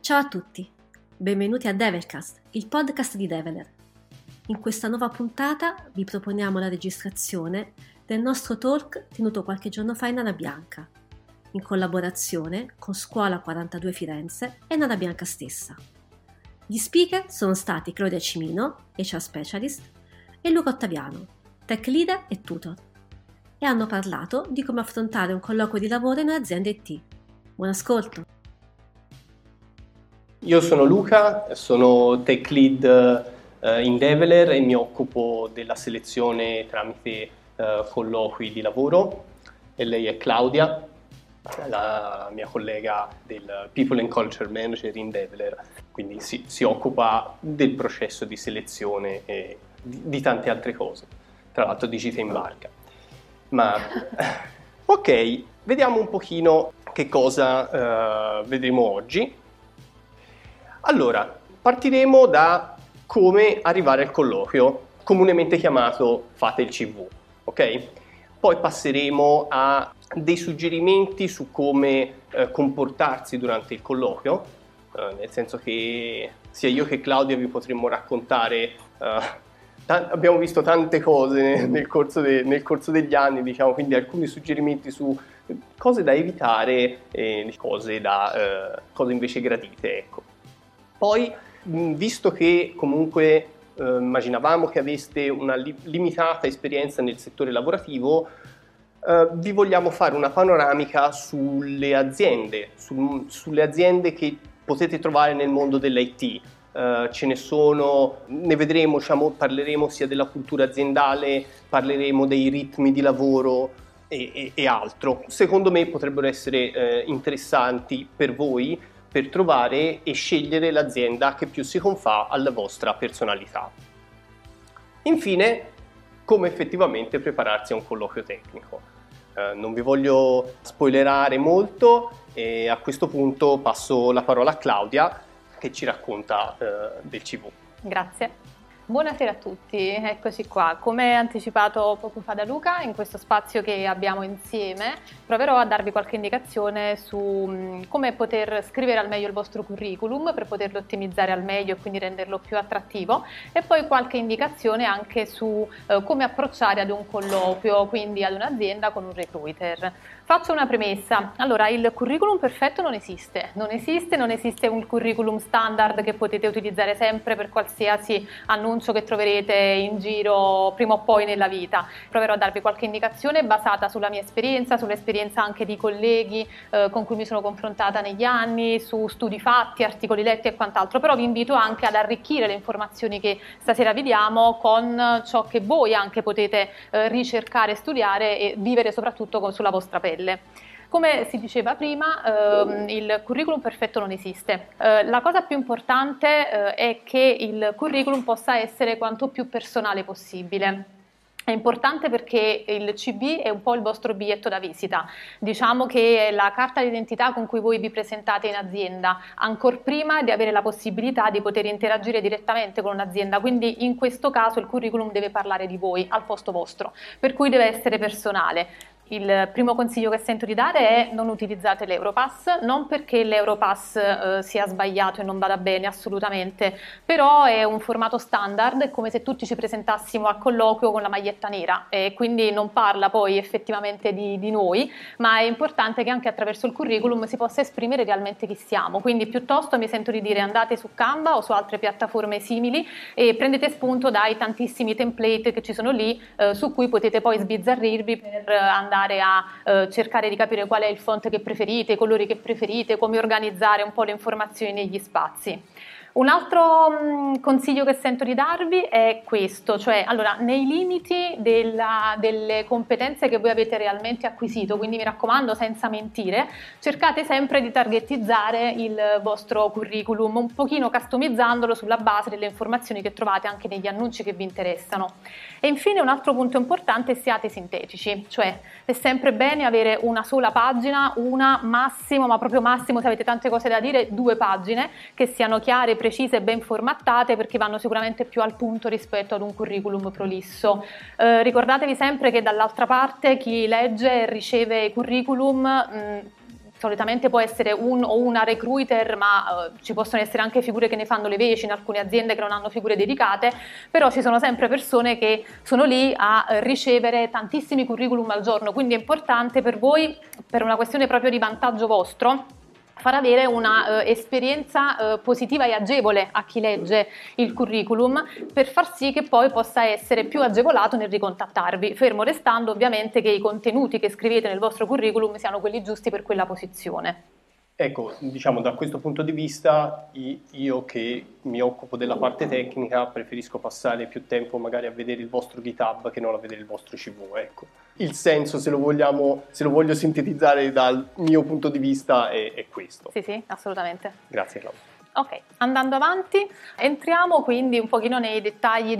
Ciao a tutti, benvenuti a Develcast, il podcast di Develer. In questa nuova puntata vi proponiamo la registrazione del nostro talk tenuto qualche giorno fa in Nana Bianca, in collaborazione con Scuola 42 Firenze e Nana Bianca stessa. Gli speaker sono stati Claudia Cimino, HR Specialist, e Luca Ottaviano, Tech Leader e Tutor, e hanno parlato di come affrontare un colloquio di lavoro in un'azienda IT. Buon ascolto! Io sono Luca, sono Tech Lead in Develer e mi occupo della selezione tramite colloqui di lavoro, e lei è Claudia, la mia collega del People and Culture Manager in Develer, quindi si occupa del processo di selezione e di tante altre cose, tra l'altro di gite in barca. Ma ok, vediamo un pochino che cosa vedremo oggi. Allora, partiremo da come arrivare al colloquio, comunemente chiamato fate il CV, ok? Poi passeremo a dei suggerimenti su come comportarsi durante il colloquio, nel senso che sia io che Claudia vi potremmo raccontare, abbiamo visto tante cose nel corso degli anni, diciamo, quindi alcuni suggerimenti su cose da evitare e cose invece gradite, ecco. Poi, visto che comunque immaginavamo che aveste una limitata esperienza nel settore lavorativo, vi vogliamo fare una panoramica sulle aziende, sulle aziende che potete trovare nel mondo dell'IT. Ce ne sono, ne vedremo, diciamo, parleremo sia della cultura aziendale, parleremo dei ritmi di lavoro e altro. Secondo me potrebbero essere interessanti per voi, per trovare e scegliere l'azienda che più si confà alla vostra personalità. Infine, come effettivamente prepararsi a un colloquio tecnico. Non vi voglio spoilerare molto e a questo punto passo la parola a Claudia che ci racconta del CV. Grazie. Buonasera a tutti, eccoci qua. Come anticipato poco fa da Luca, in questo spazio che abbiamo insieme proverò a darvi qualche indicazione su come poter scrivere al meglio il vostro curriculum per poterlo ottimizzare al meglio e quindi renderlo più attrattivo, e poi qualche indicazione anche su come approcciare ad un colloquio, quindi ad un'azienda con un recruiter. Faccio una premessa. Allora, il curriculum perfetto non esiste un curriculum standard che potete utilizzare sempre per qualsiasi annuncio che troverete in giro prima o poi nella vita. Proverò a darvi qualche indicazione basata sulla mia esperienza, sull'esperienza anche di colleghi con cui mi sono confrontata negli anni, su studi fatti, articoli letti e quant'altro, però vi invito anche ad arricchire le informazioni che stasera vi diamo con ciò che voi anche potete ricercare, studiare e vivere soprattutto sulla vostra pelle. Come si diceva prima, il curriculum perfetto non esiste. La cosa più importante è che il curriculum possa essere quanto più personale possibile. È importante perché il CV è un po' il vostro biglietto da visita, diciamo che è la carta d'identità con cui voi vi presentate in azienda, ancor prima di avere la possibilità di poter interagire direttamente con un'azienda, quindi in questo caso il curriculum deve parlare di voi al posto vostro, per cui deve essere personale. Il primo consiglio che sento di dare è: non utilizzate l'Europass, non perché l'Europass sia sbagliato e non vada bene, assolutamente, però è un formato standard, è come se tutti ci presentassimo al colloquio con la maglietta nera e quindi non parla poi effettivamente di noi, ma è importante che anche attraverso il curriculum si possa esprimere realmente chi siamo, quindi piuttosto mi sento di dire: andate su Canva o su altre piattaforme simili e prendete spunto dai tantissimi template che ci sono lì su cui potete poi sbizzarrirvi per andare a cercare di capire qual è il font che preferite, i colori che preferite, come organizzare un po' le informazioni negli spazi. Un altro consiglio che sento di darvi è questo, cioè allora nei limiti delle competenze che voi avete realmente acquisito, quindi mi raccomando senza mentire, cercate sempre di targetizzare il vostro curriculum, un pochino customizzandolo sulla base delle informazioni che trovate anche negli annunci che vi interessano. E infine un altro punto importante: siate sintetici, cioè è sempre bene avere una sola pagina, una massimo, ma proprio massimo se avete tante cose da dire, 2 pagine che siano chiare, precise e ben formattate, perché vanno sicuramente più al punto rispetto ad un curriculum prolisso. Ricordatevi sempre che dall'altra parte chi legge e riceve i curriculum solitamente può essere un o una recruiter, ma ci possono essere anche figure che ne fanno le veci in alcune aziende che non hanno figure dedicate, però ci sono sempre persone che sono lì a ricevere tantissimi curriculum al giorno, quindi è importante per voi, per una questione proprio di vantaggio vostro, far avere una esperienza positiva e agevole a chi legge il curriculum, per far sì che poi possa essere più agevolato nel ricontattarvi, fermo restando ovviamente che i contenuti che scrivete nel vostro curriculum siano quelli giusti per quella posizione. Ecco, diciamo da questo punto di vista io che mi occupo della parte tecnica preferisco passare più tempo magari a vedere il vostro GitHub che non a vedere il vostro CV, ecco. Il senso, se lo voglio sintetizzare dal mio punto di vista, è questo. Sì, assolutamente. Grazie Claudia. Ok, andando avanti, entriamo quindi un pochino nei dettagli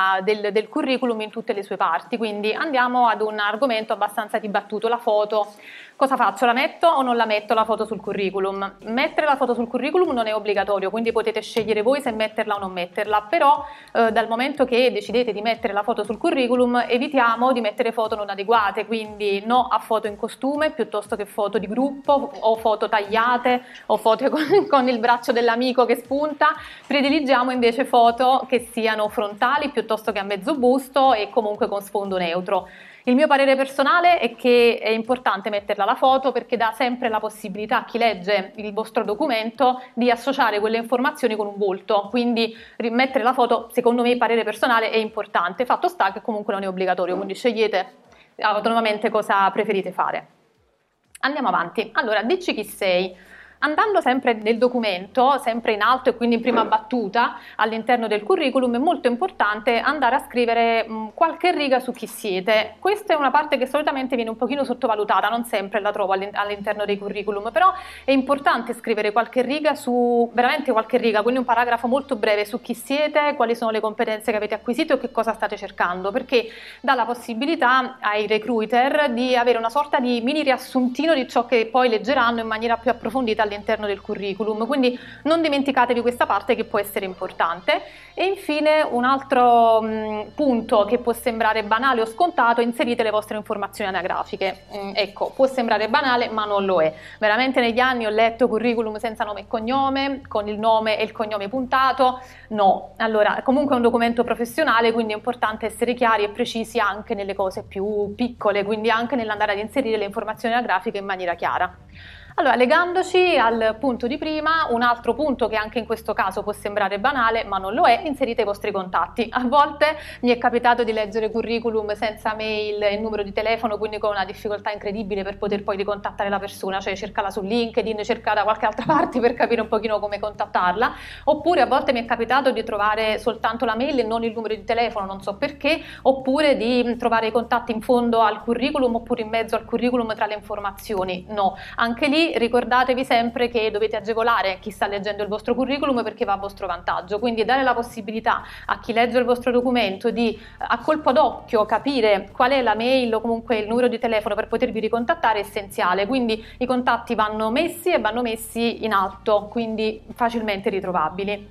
del curriculum in tutte le sue parti, quindi andiamo ad un argomento abbastanza dibattuto, la foto. Cosa faccio? La metto o non la metto la foto sul curriculum? Mettere la foto sul curriculum non è obbligatorio, quindi potete scegliere voi se metterla o non metterla, però dal momento che decidete di mettere la foto sul curriculum evitiamo di mettere foto non adeguate, quindi no a foto in costume piuttosto che foto di gruppo o foto tagliate o foto con il braccio dell'amico che spunta. Prediligiamo invece foto che siano frontali piuttosto che a mezzo busto e comunque con sfondo neutro. Il mio parere personale è che è importante metterla la foto perché dà sempre la possibilità a chi legge il vostro documento di associare quelle informazioni con un volto, quindi mettere la foto, secondo me, parere personale, è importante. Fatto sta che comunque non è obbligatorio, quindi scegliete autonomamente cosa preferite fare. Andiamo avanti. Allora, dici chi sei. Andando sempre nel documento, sempre in alto e quindi in prima battuta all'interno del curriculum, è molto importante andare a scrivere qualche riga su chi siete. Questa è una parte che solitamente viene un pochino sottovalutata, non sempre la trovo all'interno dei curriculum, però è importante scrivere qualche riga veramente qualche riga, quindi un paragrafo molto breve su chi siete, quali sono le competenze che avete acquisito e che cosa state cercando, perché dà la possibilità ai recruiter di avere una sorta di mini riassuntino di ciò che poi leggeranno in maniera più approfondita all'interno del curriculum, quindi non dimenticatevi questa parte che può essere importante. E infine un altro punto che può sembrare banale o scontato: inserite le vostre informazioni anagrafiche. Ecco, può sembrare banale ma non lo è. Veramente negli anni ho letto curriculum senza nome e cognome, con il nome e il cognome puntato, no. Allora, comunque è un documento professionale, quindi è importante essere chiari e precisi anche nelle cose più piccole, quindi anche nell'andare ad inserire le informazioni anagrafiche in maniera chiara. Allora, legandoci al punto di prima, un altro punto che anche in questo caso può sembrare banale, ma non lo è: inserite i vostri contatti. A volte mi è capitato di leggere curriculum senza mail e numero di telefono, quindi con una difficoltà incredibile per poter poi ricontattare la persona, cioè cercarla su LinkedIn, cercare da qualche altra parte per capire un pochino come contattarla, oppure a volte mi è capitato di trovare soltanto la mail e non il numero di telefono, non so perché, oppure di trovare i contatti in fondo al curriculum oppure in mezzo al curriculum tra le informazioni. No, anche lì ricordatevi sempre che dovete agevolare chi sta leggendo il vostro curriculum perché va a vostro vantaggio, quindi dare la possibilità a chi legge il vostro documento di a colpo d'occhio capire qual è la mail o comunque il numero di telefono per potervi ricontattare è essenziale, quindi i contatti vanno messi e vanno messi in alto, quindi facilmente ritrovabili.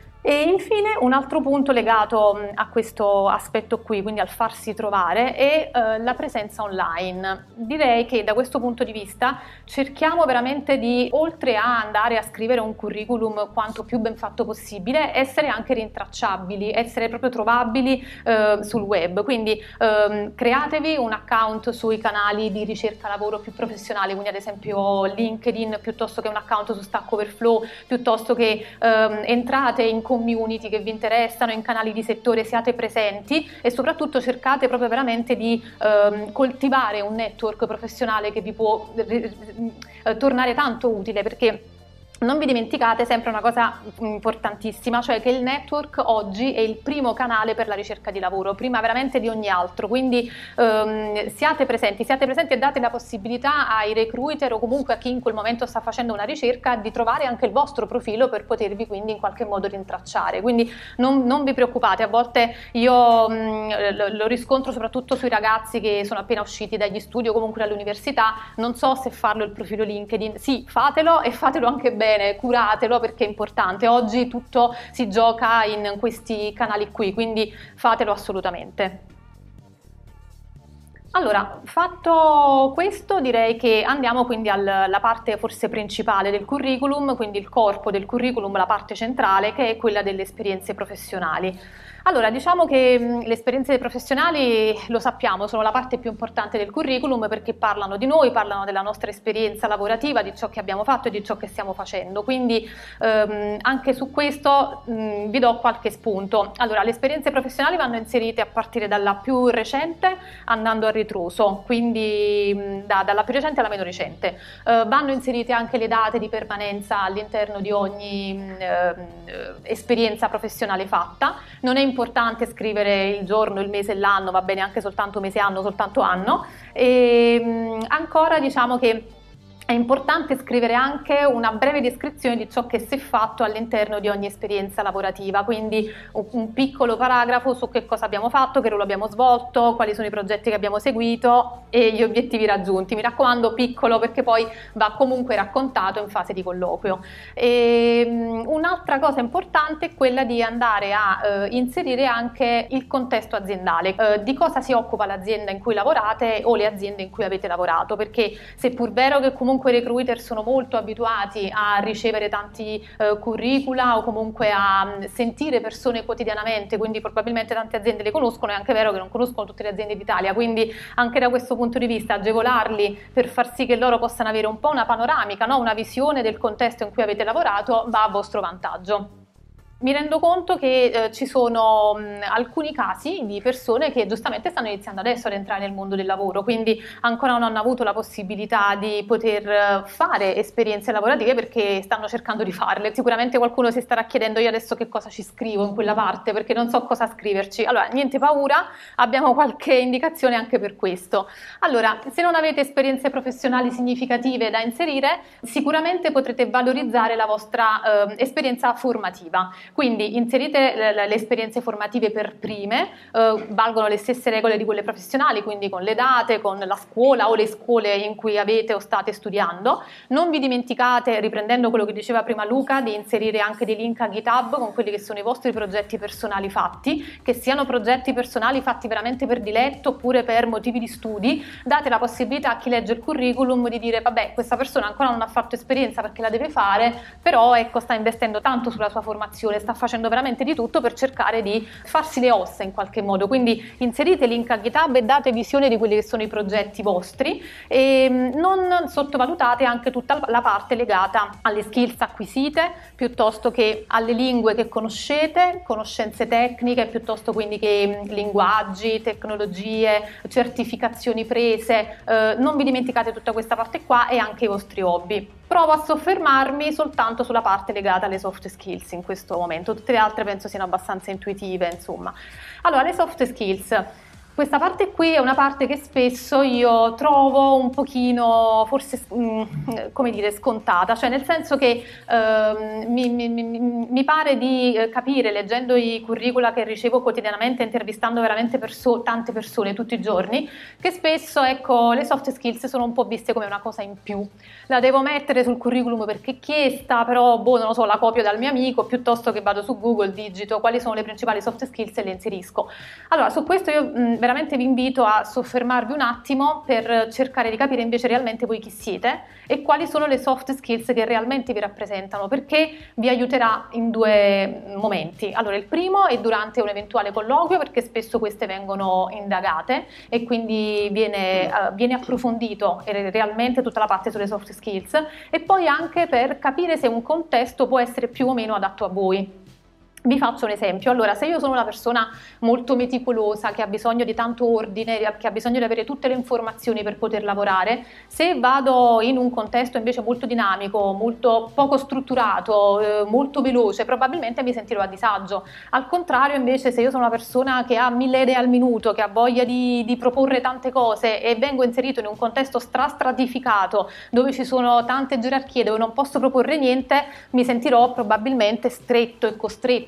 E infine un altro punto legato a questo aspetto qui, quindi al farsi trovare, è la presenza online. Direi che da questo punto di vista cerchiamo veramente di, oltre a andare a scrivere un curriculum quanto più ben fatto possibile, essere anche rintracciabili, essere proprio trovabili sul web. Quindi createvi un account sui canali di ricerca lavoro più professionali, quindi ad esempio LinkedIn, piuttosto che un account su Stack Overflow, piuttosto che entrate in community che vi interessano, in canali di settore, siate presenti e soprattutto cercate proprio veramente di coltivare un network professionale che vi può tornare tanto utile, perché non vi dimenticate sempre una cosa importantissima, cioè che il network oggi è il primo canale per la ricerca di lavoro, prima veramente di ogni altro, quindi siate presenti e date la possibilità ai recruiter o comunque a chi in quel momento sta facendo una ricerca di trovare anche il vostro profilo per potervi quindi in qualche modo rintracciare, quindi non vi preoccupate. A volte io lo riscontro soprattutto sui ragazzi che sono appena usciti dagli studi o comunque dall'università, non so se farlo il profilo LinkedIn, sì, fatelo e fatelo anche bene, curatelo perché è importante, oggi tutto si gioca in questi canali qui, quindi fatelo assolutamente. Allora, fatto questo, direi che andiamo quindi alla parte forse principale del curriculum, quindi il corpo del curriculum, la parte centrale, che è quella delle esperienze professionali. Allora, diciamo che le esperienze professionali, lo sappiamo, sono la parte più importante del curriculum perché parlano di noi, parlano della nostra esperienza lavorativa, di ciò che abbiamo fatto e di ciò che stiamo facendo. Quindi anche su questo vi do qualche spunto. Allora, le esperienze professionali vanno inserite a partire dalla più recente andando a ritroso, quindi dalla più recente alla meno recente. Vanno inserite anche le date di permanenza all'interno di ogni esperienza professionale fatta. Non è importante scrivere il giorno, il mese e l'anno, va bene anche soltanto mese anno, soltanto anno. E ancora diciamo che è importante scrivere anche una breve descrizione di ciò che si è fatto all'interno di ogni esperienza lavorativa, quindi un piccolo paragrafo su che cosa abbiamo fatto, che ruolo abbiamo svolto, quali sono i progetti che abbiamo seguito e gli obiettivi raggiunti. Mi raccomando, piccolo, perché poi va comunque raccontato in fase di colloquio. Un'altra cosa importante è quella di andare a inserire anche il contesto aziendale, di cosa si occupa l'azienda in cui lavorate o le aziende in cui avete lavorato, perché seppur vero che comunque i recruiter sono molto abituati a ricevere tanti curricula o comunque a sentire persone quotidianamente, quindi probabilmente tante aziende le conoscono, è anche vero che non conoscono tutte le aziende d'Italia, quindi anche da questo punto di vista agevolarli per far sì che loro possano avere un po' una panoramica, no? Una visione del contesto in cui avete lavorato va a vostro vantaggio. Mi rendo conto che ci sono alcuni casi di persone che giustamente stanno iniziando adesso ad entrare nel mondo del lavoro, quindi ancora non hanno avuto la possibilità di poter fare esperienze lavorative perché stanno cercando di farle. Sicuramente qualcuno si starà chiedendo: io adesso che cosa ci scrivo in quella parte, perché non so cosa scriverci. Allora, niente paura, abbiamo qualche indicazione anche per questo. Allora, se non avete esperienze professionali significative da inserire, sicuramente potrete valorizzare la vostra esperienza formativa. Quindi inserite le esperienze formative per prime, valgono le stesse regole di quelle professionali, quindi con le date, con la scuola o le scuole in cui avete o state studiando. Non vi dimenticate, riprendendo quello che diceva prima Luca, di inserire anche dei link a GitHub con quelli che sono i vostri progetti personali fatti, che siano progetti personali fatti veramente per diletto oppure per motivi di studi. Date la possibilità a chi legge il curriculum di dire: vabbè, questa persona ancora non ha fatto esperienza perché la deve fare, però ecco, sta investendo tanto sulla sua formazione, sta facendo veramente di tutto per cercare di farsi le ossa in qualche modo. Quindi inserite link a GitHub e date visione di quelli che sono i progetti vostri, e non sottovalutate anche tutta la parte legata alle skills acquisite piuttosto che alle lingue che conoscete, conoscenze tecniche piuttosto quindi che linguaggi, tecnologie, certificazioni prese. Non vi dimenticate tutta questa parte qua e anche i vostri hobby. Provo a soffermarmi soltanto sulla parte legata alle soft skills in questo momento, tutte le altre penso siano abbastanza intuitive, insomma. Allora, le soft skills. Questa parte qui è una parte che spesso io trovo un pochino, forse, come dire, scontata, cioè nel senso che mi pare di capire, leggendo i curricula che ricevo quotidianamente, intervistando veramente tante persone tutti i giorni, che spesso, ecco, le soft skills sono un po' viste come una cosa in più. La devo mettere sul curriculum perché è chiesta, però, non lo so, la copio dal mio amico, piuttosto che vado su Google, digito quali sono le principali soft skills e le inserisco. Allora, su questo io veramente vi invito a soffermarvi un attimo per cercare di capire invece realmente voi chi siete e quali sono le soft skills che realmente vi rappresentano, perché vi aiuterà in due momenti. Allora, il primo è durante un eventuale colloquio, perché spesso queste vengono indagate e quindi viene approfondito realmente tutta la parte sulle soft skills, e poi anche per capire se un contesto può essere più o meno adatto a voi. Vi faccio un esempio. Allora, se io sono una persona molto meticolosa, che ha bisogno di tanto ordine, che ha bisogno di avere tutte le informazioni per poter lavorare, se vado in un contesto invece molto dinamico, molto poco strutturato, molto veloce, probabilmente mi sentirò a disagio. Al contrario, invece, se io sono una persona che ha 1000 idee al minuto, che ha voglia di proporre tante cose e vengo inserito in un contesto stratificato, dove ci sono tante gerarchie, dove non posso proporre niente, mi sentirò probabilmente stretto e costretto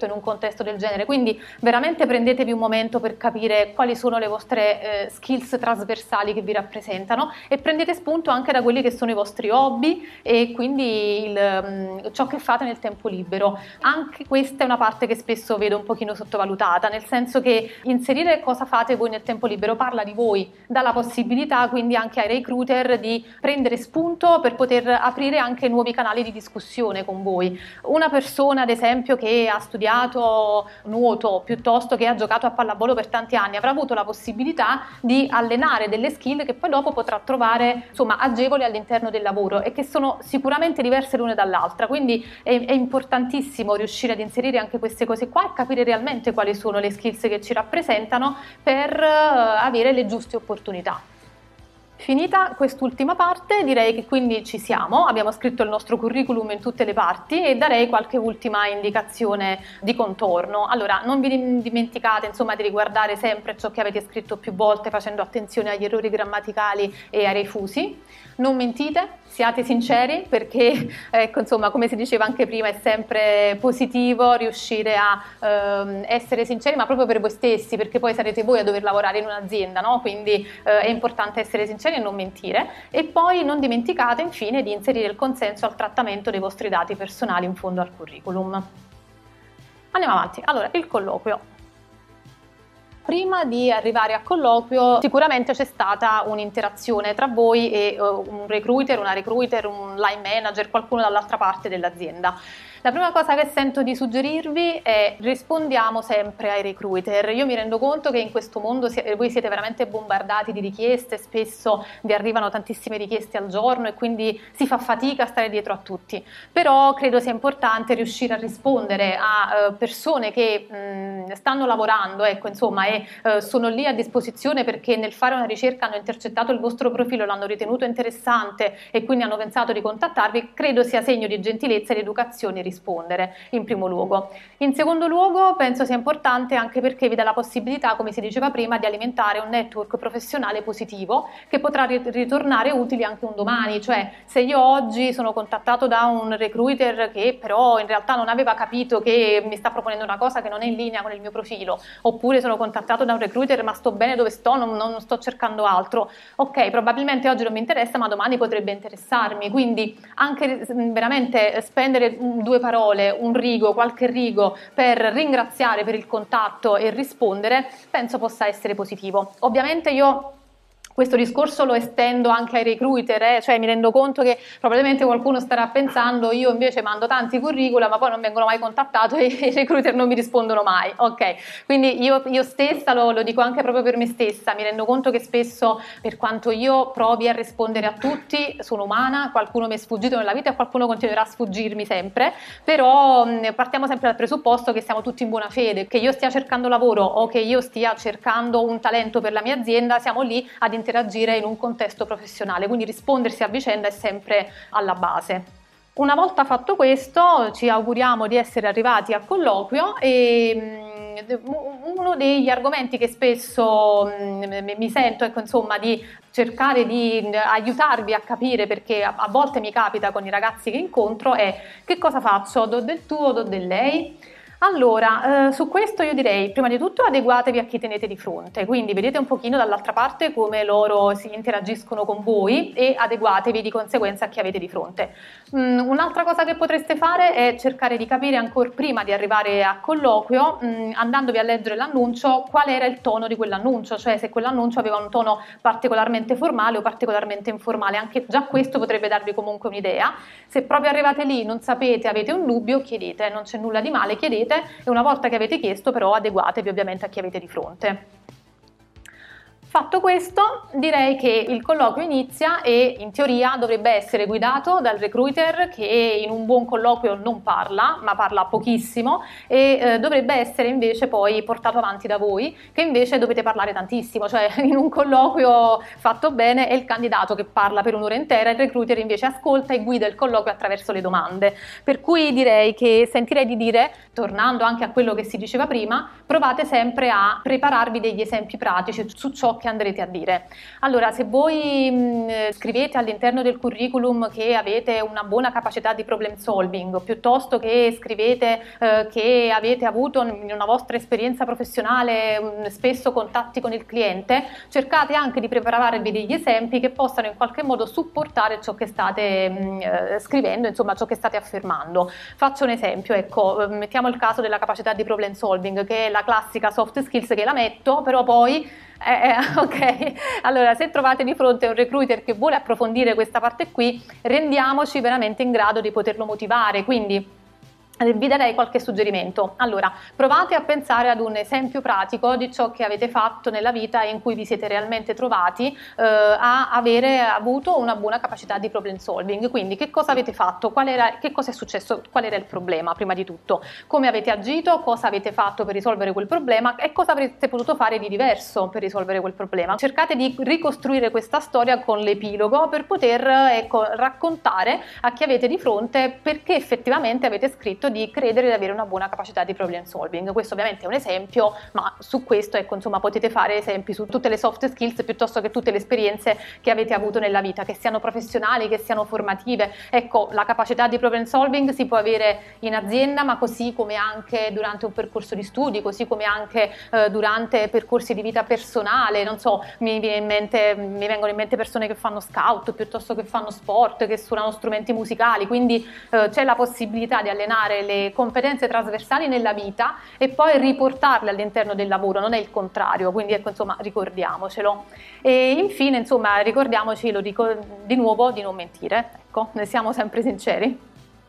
in un contesto del genere, quindi veramente prendetevi un momento per capire quali sono le vostre skills trasversali che vi rappresentano e prendete spunto anche da quelli che sono i vostri hobby e quindi ciò che fate nel tempo libero. Anche questa è una parte che spesso vedo un pochino sottovalutata, nel senso che inserire cosa fate voi nel tempo libero parla di voi, dà la possibilità quindi anche ai recruiter di prendere spunto per poter aprire anche nuovi canali di discussione con voi. Una persona ad esempio che ha studiato nuoto piuttosto che ha giocato a pallavolo per tanti anni avrà avuto la possibilità di allenare delle skill che poi dopo potrà trovare agevoli all'interno del lavoro e che sono sicuramente diverse l'una dall'altra, quindi è importantissimo riuscire ad inserire anche queste cose qua e capire realmente quali sono le skills che ci rappresentano per avere le giuste opportunità. Finita quest'ultima parte, direi che quindi ci siamo, abbiamo scritto il nostro curriculum in tutte le parti e darei qualche ultima indicazione di contorno. Allora, non vi dimenticate di riguardare sempre ciò che avete scritto più volte facendo attenzione agli errori grammaticali e ai refusi. Non mentite, siate sinceri perché, come si diceva anche prima, è sempre positivo riuscire a essere sinceri, ma proprio per voi stessi, perché poi sarete voi a dover lavorare in un'azienda, no? Quindi è importante essere sinceri e non mentire. E poi non dimenticate infine di inserire il consenso al trattamento dei vostri dati personali in fondo al curriculum. Andiamo avanti. Allora, il colloquio. Prima di arrivare a colloquio sicuramente c'è stata un'interazione tra voi e un recruiter, una recruiter, un line manager, qualcuno dall'altra parte dell'azienda. La prima cosa che sento di suggerirvi è rispondiamo sempre ai recruiter. Io mi rendo conto che in questo mondo voi siete veramente bombardati di richieste, spesso vi arrivano tantissime richieste al giorno e quindi si fa fatica a stare dietro a tutti. Però credo sia importante riuscire a rispondere a persone che stanno lavorando, e sono lì a disposizione perché nel fare una ricerca hanno intercettato il vostro profilo, l'hanno ritenuto interessante e quindi hanno pensato di contattarvi. Credo sia segno di gentilezza e di educazione rispondere in primo luogo. In secondo luogo penso sia importante anche perché vi dà la possibilità, come si diceva prima, di alimentare un network professionale positivo che potrà ritornare utile anche un domani. Cioè, se io oggi sono contattato da un recruiter che però in realtà non aveva capito che mi sta proponendo una cosa che non è in linea con il mio profilo, oppure sono contattato da un recruiter ma sto bene dove sto, non sto cercando altro, ok, probabilmente oggi non mi interessa ma domani potrebbe interessarmi, quindi anche veramente spendere due parole, un rigo, qualche rigo per ringraziare per il contatto e rispondere, penso possa essere positivo. Ovviamente io questo discorso lo estendo anche ai recruiter, cioè mi rendo conto che probabilmente qualcuno starà pensando io invece mando tanti curricula ma poi non vengono mai contattato e i recruiter non mi rispondono mai, ok? Quindi io stessa lo dico anche proprio per me stessa, mi rendo conto che spesso per quanto io provi a rispondere a tutti, sono umana, qualcuno mi è sfuggito nella vita e qualcuno continuerà a sfuggirmi sempre, però partiamo sempre dal presupposto che siamo tutti in buona fede, che io stia cercando lavoro o che io stia cercando un talento per la mia azienda, siamo lì ad interagire in un contesto professionale, quindi rispondersi a vicenda è sempre alla base. Una volta fatto questo ci auguriamo di essere arrivati a colloquio e uno degli argomenti che spesso mi sento di cercare di aiutarvi a capire, perché a volte mi capita con i ragazzi che incontro, è che cosa faccio? Do del tu o do del lei? Allora, su questo io direi, prima di tutto adeguatevi a chi tenete di fronte, quindi vedete un pochino dall'altra parte come loro si interagiscono con voi e adeguatevi di conseguenza a chi avete di fronte. Un'altra cosa che potreste fare è cercare di capire ancora prima di arrivare a colloquio, andandovi a leggere l'annuncio, qual era il tono di quell'annuncio, cioè se quell'annuncio aveva un tono particolarmente formale o particolarmente informale, anche già questo potrebbe darvi comunque un'idea. Se proprio arrivate lì, non sapete, avete un dubbio, chiedete, non c'è nulla di male, chiedete. E una volta che avete chiesto però adeguatevi ovviamente a chi avete di fronte. Fatto questo, direi che il colloquio inizia e in teoria dovrebbe essere guidato dal recruiter che in un buon colloquio non parla, ma parla pochissimo e dovrebbe essere invece poi portato avanti da voi, che invece dovete parlare tantissimo, cioè in un colloquio fatto bene è il candidato che parla per un'ora intera, il recruiter invece ascolta e guida il colloquio attraverso le domande. Per cui direi che sentirei di dire, tornando anche a quello che si diceva prima, provate sempre a prepararvi degli esempi pratici su ciò che andrete a dire. Allora, se voi scrivete all'interno del curriculum che avete una buona capacità di problem solving, piuttosto che scrivete che avete avuto in una vostra esperienza professionale spesso contatti con il cliente, cercate anche di prepararvi degli esempi che possano in qualche modo supportare ciò che state scrivendo, insomma ciò che state affermando. Faccio un esempio, ecco, mettiamo il caso della capacità di problem solving, che è la classica soft skills che la metto, però poi ok, allora se trovate di fronte un recruiter che vuole approfondire questa parte qui, rendiamoci veramente in grado di poterlo motivare, quindi vi darei qualche suggerimento. Allora, provate a pensare ad un esempio pratico di ciò che avete fatto nella vita in cui vi siete realmente trovati a avere avuto una buona capacità di problem solving. Quindi che cosa avete fatto? Che cosa è successo? Qual era il problema prima di tutto? Come avete agito? Cosa avete fatto per risolvere quel problema? E cosa avreste potuto fare di diverso per risolvere quel problema? Cercate di ricostruire questa storia con l'epilogo per poter raccontare a chi avete di fronte perché effettivamente avete scritto di credere di avere una buona capacità di problem solving. Questo ovviamente è un esempio, ma su questo insomma potete fare esempi su tutte le soft skills piuttosto che tutte le esperienze che avete avuto nella vita, che siano professionali, che siano formative. Ecco, la capacità di problem solving si può avere in azienda, ma così come anche durante un percorso di studi, così come anche durante percorsi di vita personale. Non so, mi vengono in mente persone che fanno scout piuttosto che fanno sport, che suonano strumenti musicali, quindi c'è la possibilità di allenare le competenze trasversali nella vita e poi riportarle all'interno del lavoro, non è il contrario, quindi ecco, insomma, ricordiamocelo. E infine, insomma, ricordiamoci, lo dico di nuovo, di non mentire, ecco, ne siamo sempre sinceri.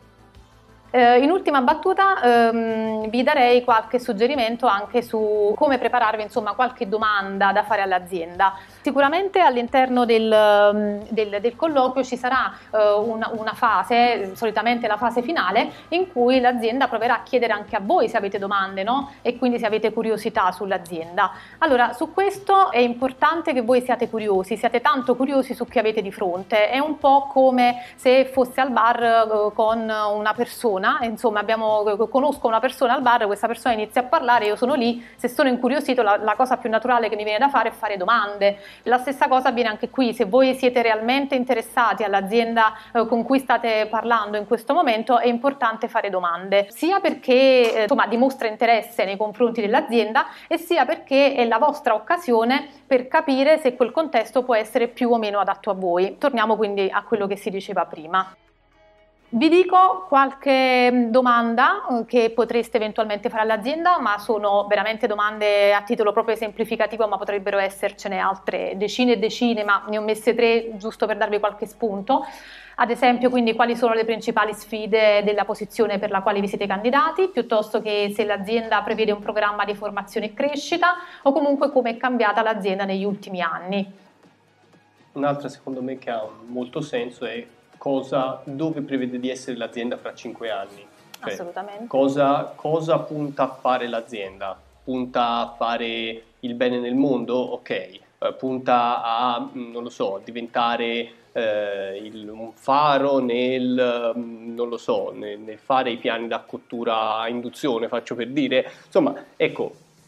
In ultima battuta vi darei qualche suggerimento anche su come prepararvi, insomma, qualche domanda da fare all'azienda. Sicuramente all'interno del colloquio ci sarà una fase, solitamente la fase finale, in cui l'azienda proverà a chiedere anche a voi se avete domande, no? E quindi se avete curiosità sull'azienda. Allora, su questo è importante che voi siate curiosi, siate tanto curiosi su chi avete di fronte. È un po' come se fosse al bar con una persona. Insomma, conosco una persona al bar, questa persona inizia a parlare, io sono lì, se sono incuriosito la cosa più naturale che mi viene da fare è fare domande. La stessa cosa avviene anche qui, se voi siete realmente interessati all'azienda con cui state parlando in questo momento è importante fare domande, sia perché insomma dimostra interesse nei confronti dell'azienda e sia perché è la vostra occasione per capire se quel contesto può essere più o meno adatto a voi. Torniamo quindi a quello che si diceva prima. Vi dico qualche domanda che potreste eventualmente fare all'azienda, ma sono veramente domande a titolo proprio esemplificativo, ma potrebbero essercene altre decine e decine, ma ne ho messe 3 giusto per darvi qualche spunto. Ad esempio, quindi, quali sono le principali sfide della posizione per la quale vi siete candidati, piuttosto che se l'azienda prevede un programma di formazione e crescita, o comunque come è cambiata l'azienda negli ultimi anni. Un'altra, secondo me, che ha molto senso è dove prevede di essere l'azienda fra 5 anni. Cioè, assolutamente. Cosa punta a fare l'azienda? Punta a fare il bene nel mondo? Ok. Punta a, non lo so, diventare un faro nel fare i piani da cottura a induzione, faccio per dire. Insomma, ecco,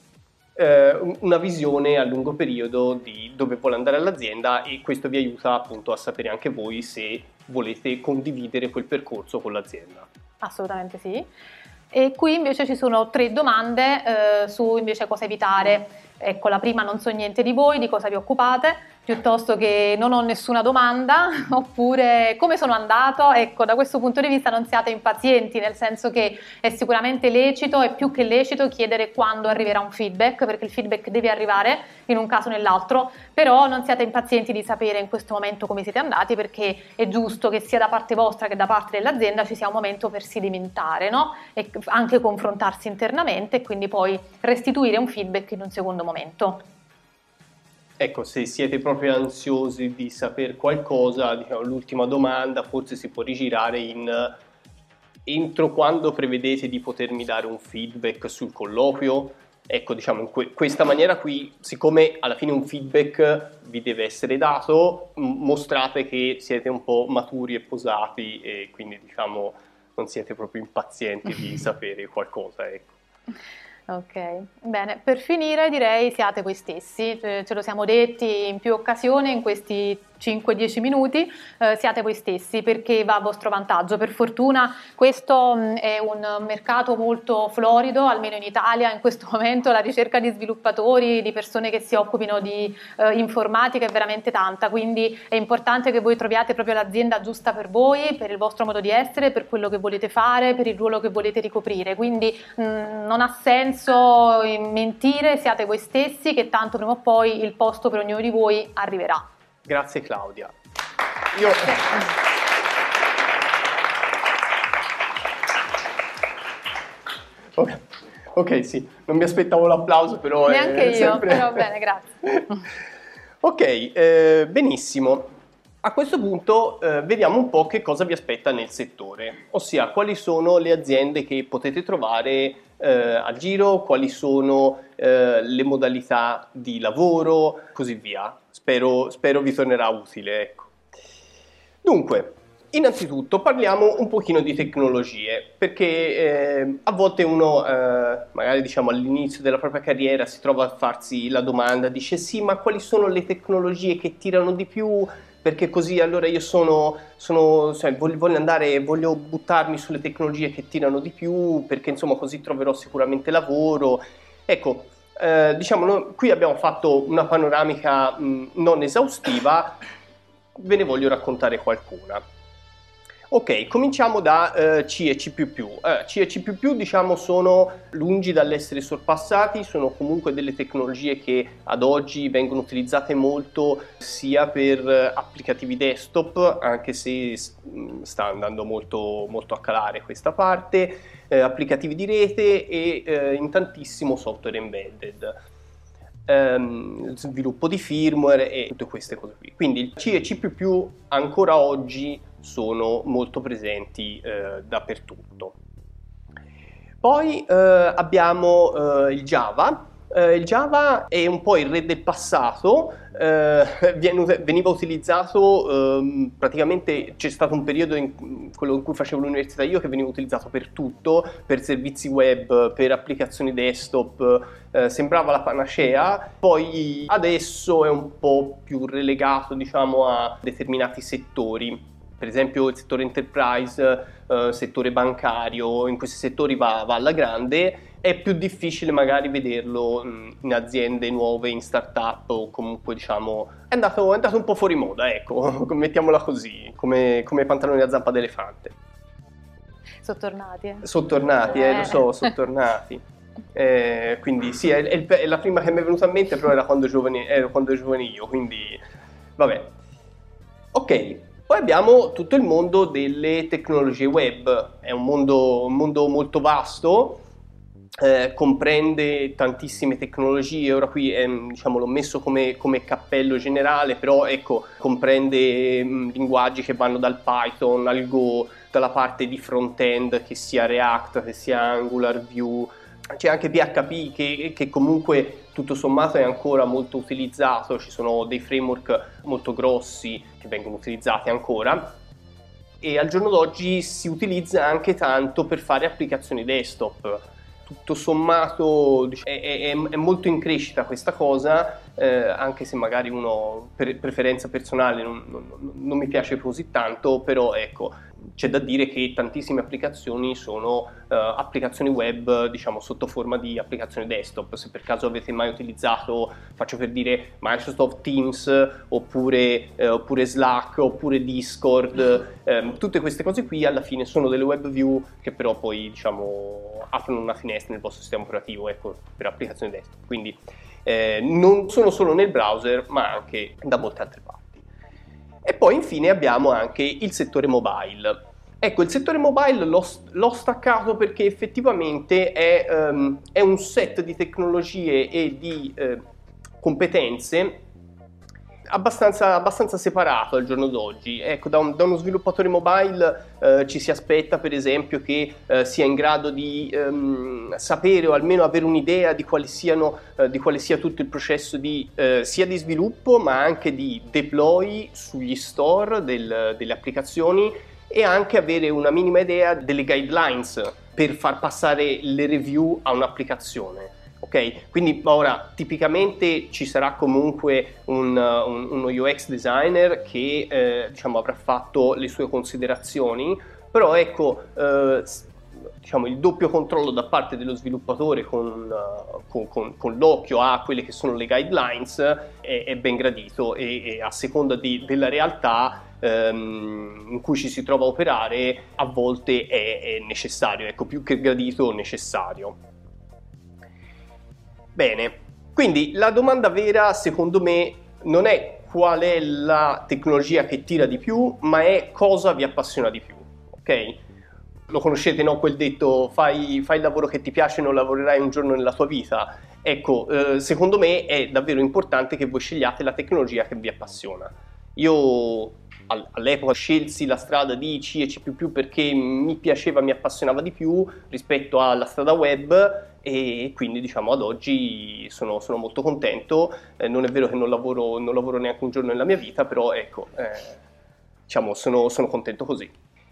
una visione a lungo periodo di dove vuole andare l'azienda, e questo vi aiuta appunto a sapere anche voi se volete condividere quel percorso con l'azienda. Assolutamente sì. E qui invece ci sono 3 domande su invece cosa evitare. Ecco, la prima: non so niente di voi, di cosa vi occupate, piuttosto che non ho nessuna domanda, oppure come sono andato. Ecco, da questo punto di vista non siate impazienti, nel senso che è sicuramente lecito e più che lecito chiedere quando arriverà un feedback, perché il feedback deve arrivare in un caso o nell'altro, però non siate impazienti di sapere in questo momento come siete andati, perché è giusto che sia da parte vostra che da parte dell'azienda ci sia un momento per sedimentare, no? E anche confrontarsi internamente e quindi poi restituire un feedback in un secondo momento. Ecco, se siete proprio ansiosi di sapere qualcosa, diciamo, l'ultima domanda forse si può rigirare in: entro quando prevedete di potermi dare un feedback sul colloquio? Ecco, diciamo, in questa maniera qui, siccome alla fine un feedback vi deve essere dato, mostrate che siete un po' maturi e posati e quindi, diciamo, non siete proprio impazienti di sapere qualcosa, ecco. Ok, bene, per finire direi siate voi stessi, ce lo siamo detti in più occasioni in questi 5-10 minuti, siate voi stessi perché va a vostro vantaggio. Per fortuna questo è un mercato molto florido, almeno in Italia in questo momento la ricerca di sviluppatori, di persone che si occupino di informatica è veramente tanta, quindi è importante che voi troviate proprio l'azienda giusta per voi, per il vostro modo di essere, per quello che volete fare, per il ruolo che volete ricoprire, quindi non ha senso mentire, siate voi stessi che tanto prima o poi il posto per ognuno di voi arriverà. Grazie Claudia. Ok, sì, non mi aspettavo l'applauso, però neanche io, sempre... però bene, grazie. Ok, benissimo. A questo punto vediamo un po' che cosa vi aspetta nel settore, ossia quali sono le aziende che potete trovare a giro, quali sono le modalità di lavoro, così via. Spero vi tornerà utile, ecco. Dunque, innanzitutto parliamo un pochino di tecnologie, perché a volte uno, magari diciamo all'inizio della propria carriera, si trova a farsi la domanda, dice sì, ma quali sono le tecnologie che tirano di più? Perché così allora io voglio buttarmi sulle tecnologie che tirano di più, perché insomma così troverò sicuramente lavoro. Ecco, diciamo, qui abbiamo fatto una panoramica non esaustiva, ve ne voglio raccontare qualcuna. Ok, cominciamo da C e C++. C e C++ diciamo sono lungi dall'essere sorpassati, sono comunque delle tecnologie che ad oggi vengono utilizzate molto sia per applicativi desktop, anche se sta andando molto, molto a calare questa parte, applicativi di rete e in tantissimo software embedded. Sviluppo di firmware e tutte queste cose qui. Quindi il C e C++ ancora oggi sono molto presenti dappertutto. Poi abbiamo il Java. Il Java è un po' il re del passato, veniva utilizzato praticamente, c'è stato un periodo quello in cui facevo l'università io che veniva utilizzato per tutto, per servizi web, per applicazioni desktop, sembrava la panacea. Poi adesso è un po' più relegato, diciamo, a determinati settori. Per esempio il settore enterprise, settore bancario, in questi settori va alla grande. È più difficile magari vederlo in aziende nuove, in startup o comunque diciamo è andato un po' fuori moda, ecco, mettiamola così, come pantaloni a zampa d'elefante. Sono tornati. Sono tornati, lo so, sono tornati. Quindi sì, è la prima che mi è venuta a mente, però ero quando ero giovane io, quindi vabbè. Ok. Poi abbiamo tutto il mondo delle tecnologie web, è un mondo molto vasto, comprende tantissime tecnologie. Ora qui diciamo, l'ho messo come cappello generale, però ecco, comprende linguaggi che vanno dal Python al Go, dalla parte di front-end che sia React, che sia Angular, Vue. C'è anche PHP che comunque tutto sommato è ancora molto utilizzato, ci sono dei framework molto grossi che vengono utilizzati ancora e al giorno d'oggi si utilizza anche tanto per fare applicazioni desktop. Tutto sommato è molto in crescita questa cosa, anche se magari uno per preferenza personale non mi piace così tanto, però ecco, c'è da dire che tantissime applicazioni sono applicazioni web, diciamo, sotto forma di applicazioni desktop. Se per caso avete mai utilizzato, faccio per dire, Microsoft Teams oppure Slack oppure Discord, tutte queste cose qui alla fine sono delle web view che però poi diciamo aprono una finestra nel vostro sistema operativo, ecco, per applicazioni desktop. Quindi non sono solo nel browser ma anche da molte altre parti. E poi infine abbiamo anche il settore mobile. Ecco, il settore mobile l'ho staccato perché effettivamente è un set di tecnologie e di competenze abbastanza separato al giorno d'oggi. Ecco, da uno sviluppatore mobile ci si aspetta per esempio che sia in grado di sapere o almeno avere un'idea di quale sia tutto il processo sia di sviluppo ma anche di deploy sugli store delle applicazioni e anche avere una minima idea delle guidelines per far passare le review a un'applicazione. Ok, quindi ora tipicamente ci sarà comunque uno UX designer che diciamo avrà fatto le sue considerazioni, però ecco, diciamo il doppio controllo da parte dello sviluppatore con l'occhio a quelle che sono le guidelines è ben gradito, e a seconda della realtà in cui ci si trova a operare a volte è necessario, ecco, più che gradito, necessario. Bene, quindi la domanda vera secondo me non è qual è la tecnologia che tira di più, ma è cosa vi appassiona di più, ok? Lo conoscete, no? Quel detto, fai il lavoro che ti piace e non lavorerai un giorno nella tua vita. Ecco, secondo me è davvero importante che voi scegliate la tecnologia che vi appassiona. Io all'epoca scelsi la strada di C e C++ perché mi piaceva, mi appassionava di più rispetto alla strada web, e quindi diciamo ad oggi sono molto contento. Non è vero che non lavoro neanche un giorno nella mia vita, però ecco, diciamo sono contento così.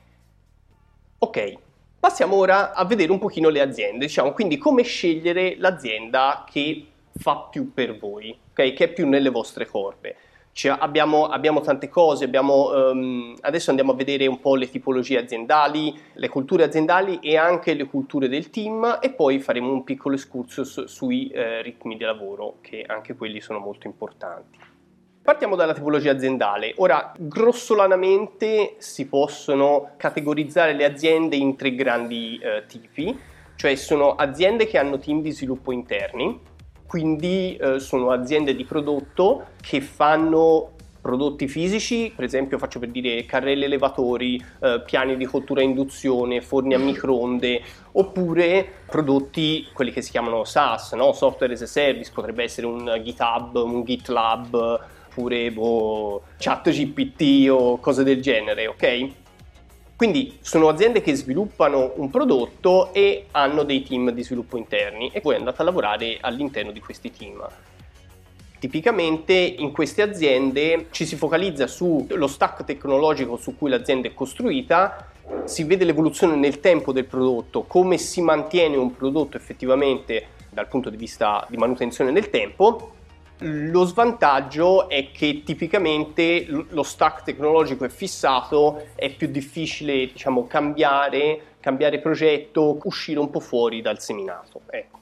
Ok, passiamo ora a vedere un pochino le aziende, diciamo, quindi come scegliere l'azienda che fa più per voi, ok? Che è più nelle vostre corde. Abbiamo tante cose, adesso andiamo a vedere un po' le tipologie aziendali, le culture aziendali e anche le culture del team, e poi faremo un piccolo excursus sui ritmi di lavoro, che anche quelli sono molto importanti. Partiamo dalla tipologia aziendale. Ora, grossolanamente si possono categorizzare le aziende in 3 grandi tipi, cioè sono aziende che hanno team di sviluppo interni, quindi sono aziende di prodotto che fanno prodotti fisici, per esempio faccio per dire carrelli elevatori, piani di cottura a induzione, forni a microonde, oppure prodotti, quelli che si chiamano SaaS, no? Software as a Service, potrebbe essere un GitHub, un GitLab, oppure ChatGPT o cose del genere, ok? Quindi sono aziende che sviluppano un prodotto e hanno dei team di sviluppo interni, e voi andate a lavorare all'interno di questi team. Tipicamente in queste aziende ci si focalizza sullo stack tecnologico su cui l'azienda è costruita, si vede l'evoluzione nel tempo del prodotto, come si mantiene un prodotto effettivamente dal punto di vista di manutenzione nel tempo. Lo svantaggio è che tipicamente lo stack tecnologico è fissato, è più difficile, diciamo, cambiare progetto, uscire un po' fuori dal seminato. Ecco.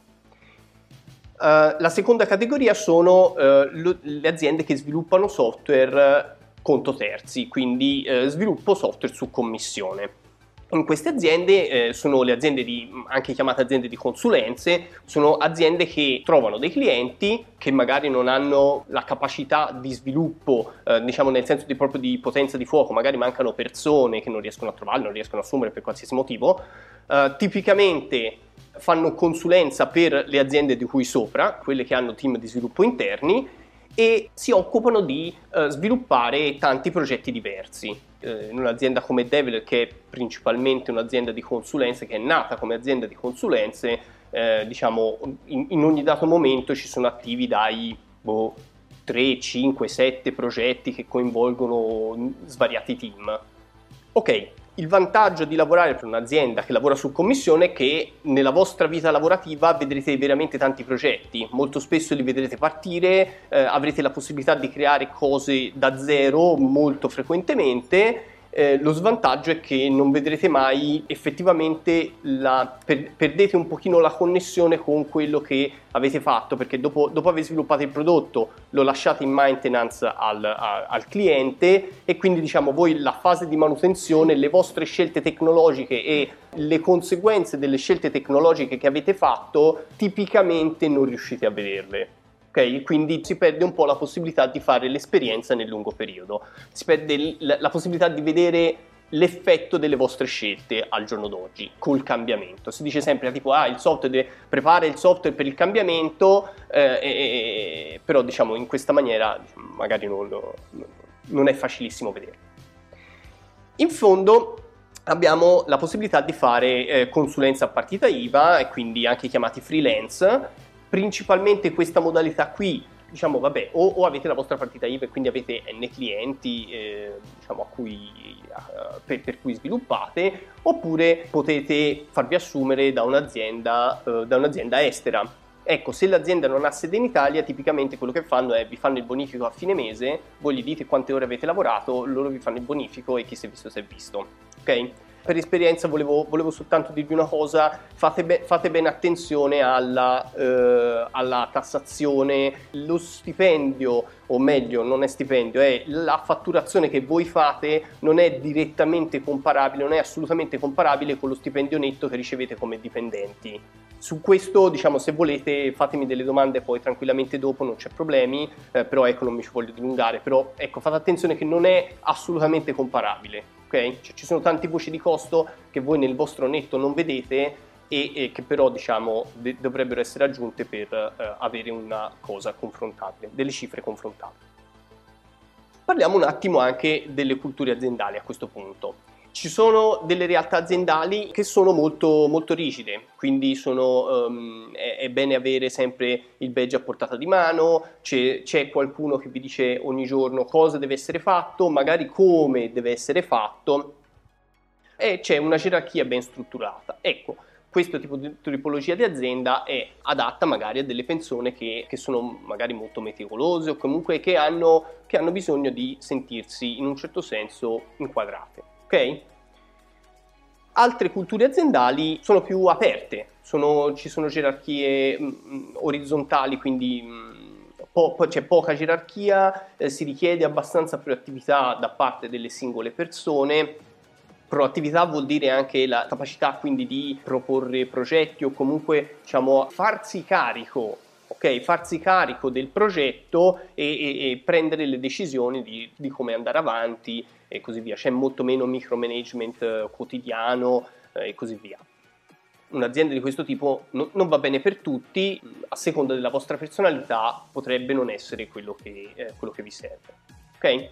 La seconda categoria sono le aziende che sviluppano software conto terzi, quindi sviluppo software su commissione. In queste aziende sono le aziende anche chiamate aziende di consulenze, sono aziende che trovano dei clienti che magari non hanno la capacità di sviluppo, diciamo nel senso proprio di potenza di fuoco, magari mancano persone che non riescono a trovare, non riescono a assumere per qualsiasi motivo. Tipicamente fanno consulenza per le aziende di cui sopra, quelle che hanno team di sviluppo interni, e si occupano di sviluppare tanti progetti diversi. In un'azienda come Develer, che è principalmente un'azienda di consulenze, che è nata come azienda di consulenze, diciamo in ogni dato momento ci sono attivi dai 3, 5, 7 progetti che coinvolgono svariati team. Ok, il vantaggio di lavorare per un'azienda che lavora su commissione è che nella vostra vita lavorativa vedrete veramente tanti progetti, molto spesso li vedrete partire, avrete la possibilità di creare cose da zero molto frequentemente. Lo svantaggio è che non vedrete mai effettivamente, perdete un pochino la connessione con quello che avete fatto, perché dopo aver sviluppato il prodotto lo lasciate in maintenance al cliente, e quindi diciamo voi la fase di manutenzione, le vostre scelte tecnologiche e le conseguenze delle scelte tecnologiche che avete fatto tipicamente non riuscite a vederle. Okay? Quindi si perde un po' la possibilità di fare l'esperienza nel lungo periodo, si perde la possibilità di vedere l'effetto delle vostre scelte al giorno d'oggi col cambiamento. Si dice sempre tipo il software prepara il software per il cambiamento, però diciamo in questa maniera magari non è facilissimo vederlo. In fondo abbiamo la possibilità di fare consulenza a partita IVA, e quindi anche chiamati freelance. Principalmente questa modalità qui diciamo, vabbè, o avete la vostra partita IVA e quindi avete N clienti diciamo, per cui sviluppate, oppure potete farvi assumere da un'azienda estera. Ecco, se l'azienda non ha sede in Italia, tipicamente quello che fanno è vi fanno il bonifico a fine mese, voi gli dite quante ore avete lavorato, loro vi fanno il bonifico e chi si è visto, ok? Per esperienza volevo soltanto dirvi una cosa: fate bene attenzione alla tassazione. Lo stipendio, o meglio non è stipendio, è la fatturazione che voi fate, non è direttamente comparabile, non è assolutamente comparabile con lo stipendio netto che ricevete come dipendenti. Su questo, diciamo, se volete fatemi delle domande poi tranquillamente dopo, non c'è problemi, però ecco, non mi ci voglio dilungare, però ecco, fate attenzione che non è assolutamente comparabile. Okay? Cioè, ci sono tante voci di costo che voi nel vostro netto non vedete e che però, diciamo, dovrebbero essere aggiunte per avere una cosa confrontabile, delle cifre confrontabili. Parliamo un attimo anche delle culture aziendali a questo punto. Ci sono delle realtà aziendali che sono molto, molto rigide, quindi è bene avere sempre il badge a portata di mano, c'è qualcuno che vi dice ogni giorno cosa deve essere fatto, magari come deve essere fatto, e c'è una gerarchia ben strutturata. Ecco, questo tipo di tipologia di azienda è adatta magari a delle persone che sono magari molto meticolose o comunque che hanno bisogno di sentirsi in un certo senso inquadrate. Ok? Altre culture aziendali sono più aperte, ci sono gerarchie orizzontali, quindi c'è poca gerarchia, si richiede abbastanza proattività da parte delle singole persone. Proattività vuol dire anche la capacità quindi di proporre progetti o comunque, diciamo, farsi carico del progetto e prendere le decisioni di come andare avanti e così via. C'è molto meno micromanagement quotidiano e così via. Un'azienda di questo tipo non va bene per tutti, a seconda della vostra personalità potrebbe non essere quello che vi serve. Ok?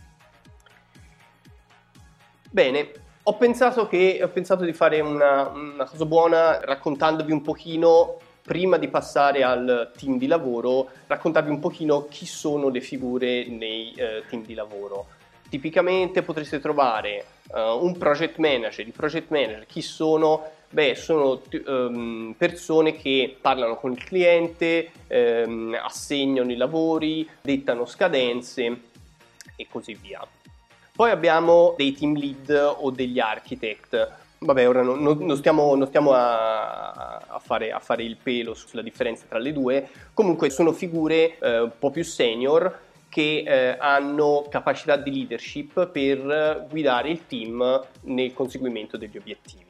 Bene, ho pensato di fare una cosa buona raccontandovi un pochino, prima di passare al team di lavoro, raccontarvi un pochino chi sono le figure nei team di lavoro. Tipicamente potreste trovare un project manager. I project manager chi sono? Beh, sono persone che parlano con il cliente, assegnano i lavori, dettano scadenze e così via. Poi abbiamo dei team lead o degli architect. Vabbè, ora non stiamo a fare il pelo sulla differenza tra le due. Comunque sono figure un po' più senior che hanno capacità di leadership per guidare il team nel conseguimento degli obiettivi.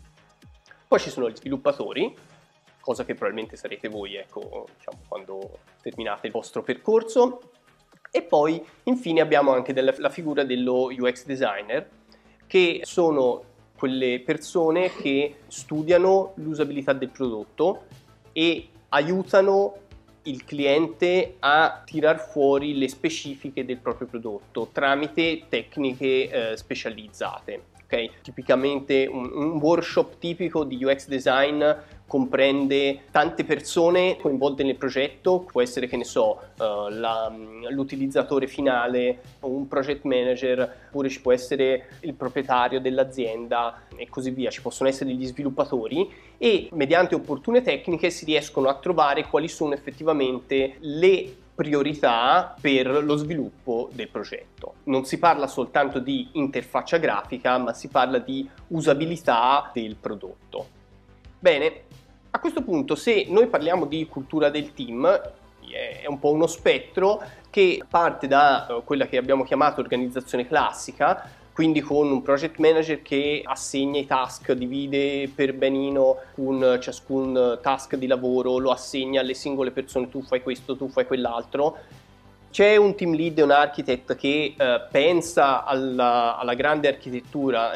Poi ci sono gli sviluppatori, cosa che probabilmente sarete voi, ecco, diciamo, quando terminate il vostro percorso. E poi infine abbiamo anche la figura dello UX designer, che sono quelle persone che studiano l'usabilità del prodotto e aiutano il cliente a tirar fuori le specifiche del proprio prodotto tramite tecniche specializzate. Okay? Tipicamente un workshop tipico di UX design comprende tante persone coinvolte nel progetto, può essere, che ne so, l'utilizzatore finale, un project manager, oppure ci può essere il proprietario dell'azienda e così via. Ci possono essere gli sviluppatori e mediante opportune tecniche si riescono a trovare quali sono effettivamente le priorità per lo sviluppo del progetto. Non si parla soltanto di interfaccia grafica, ma si parla di usabilità del prodotto. Bene, a questo punto, se noi parliamo di cultura del team, è un po' uno spettro che parte da quella che abbiamo chiamato organizzazione classica, quindi con un project manager che assegna i task, divide per benino ciascun task di lavoro, lo assegna alle singole persone, tu fai questo, tu fai quell'altro. C'è un team lead e un architect che pensa alla grande architettura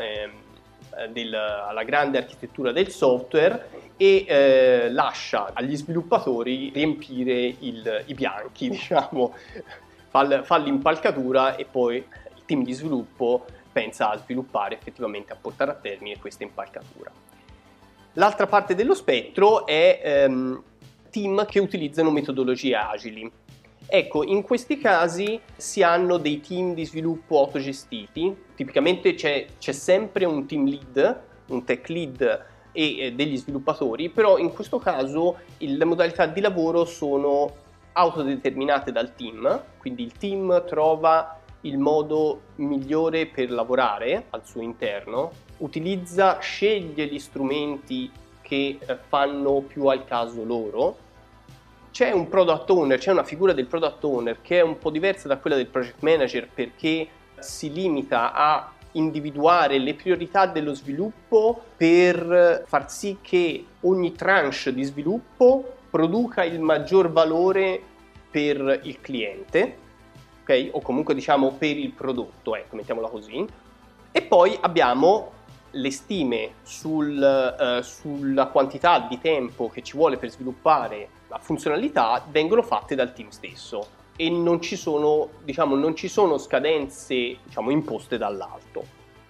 del software e lascia agli sviluppatori riempire i bianchi, diciamo, fa l'impalcatura e poi il team di sviluppo pensa a sviluppare effettivamente, a portare a termine questa impalcatura. L'altra parte dello spettro è team che utilizzano metodologie agili. Ecco, in questi casi si hanno dei team di sviluppo autogestiti, tipicamente c'è sempre un team lead, un tech lead e degli sviluppatori, però in questo caso le modalità di lavoro sono autodeterminate dal team, quindi il team trova il modo migliore per lavorare al suo interno, sceglie gli strumenti che fanno più al caso loro. C'è un product owner, c'è una figura del product owner che è un po' diversa da quella del project manager, perché si limita a individuare le priorità dello sviluppo per far sì che ogni tranche di sviluppo produca il maggior valore per il cliente, ok? O comunque diciamo per il prodotto, ecco, mettiamola così. E poi abbiamo le stime sulla quantità di tempo che ci vuole per sviluppare la funzionalità vengono fatte dal team stesso e non ci sono scadenze, imposte dall'alto.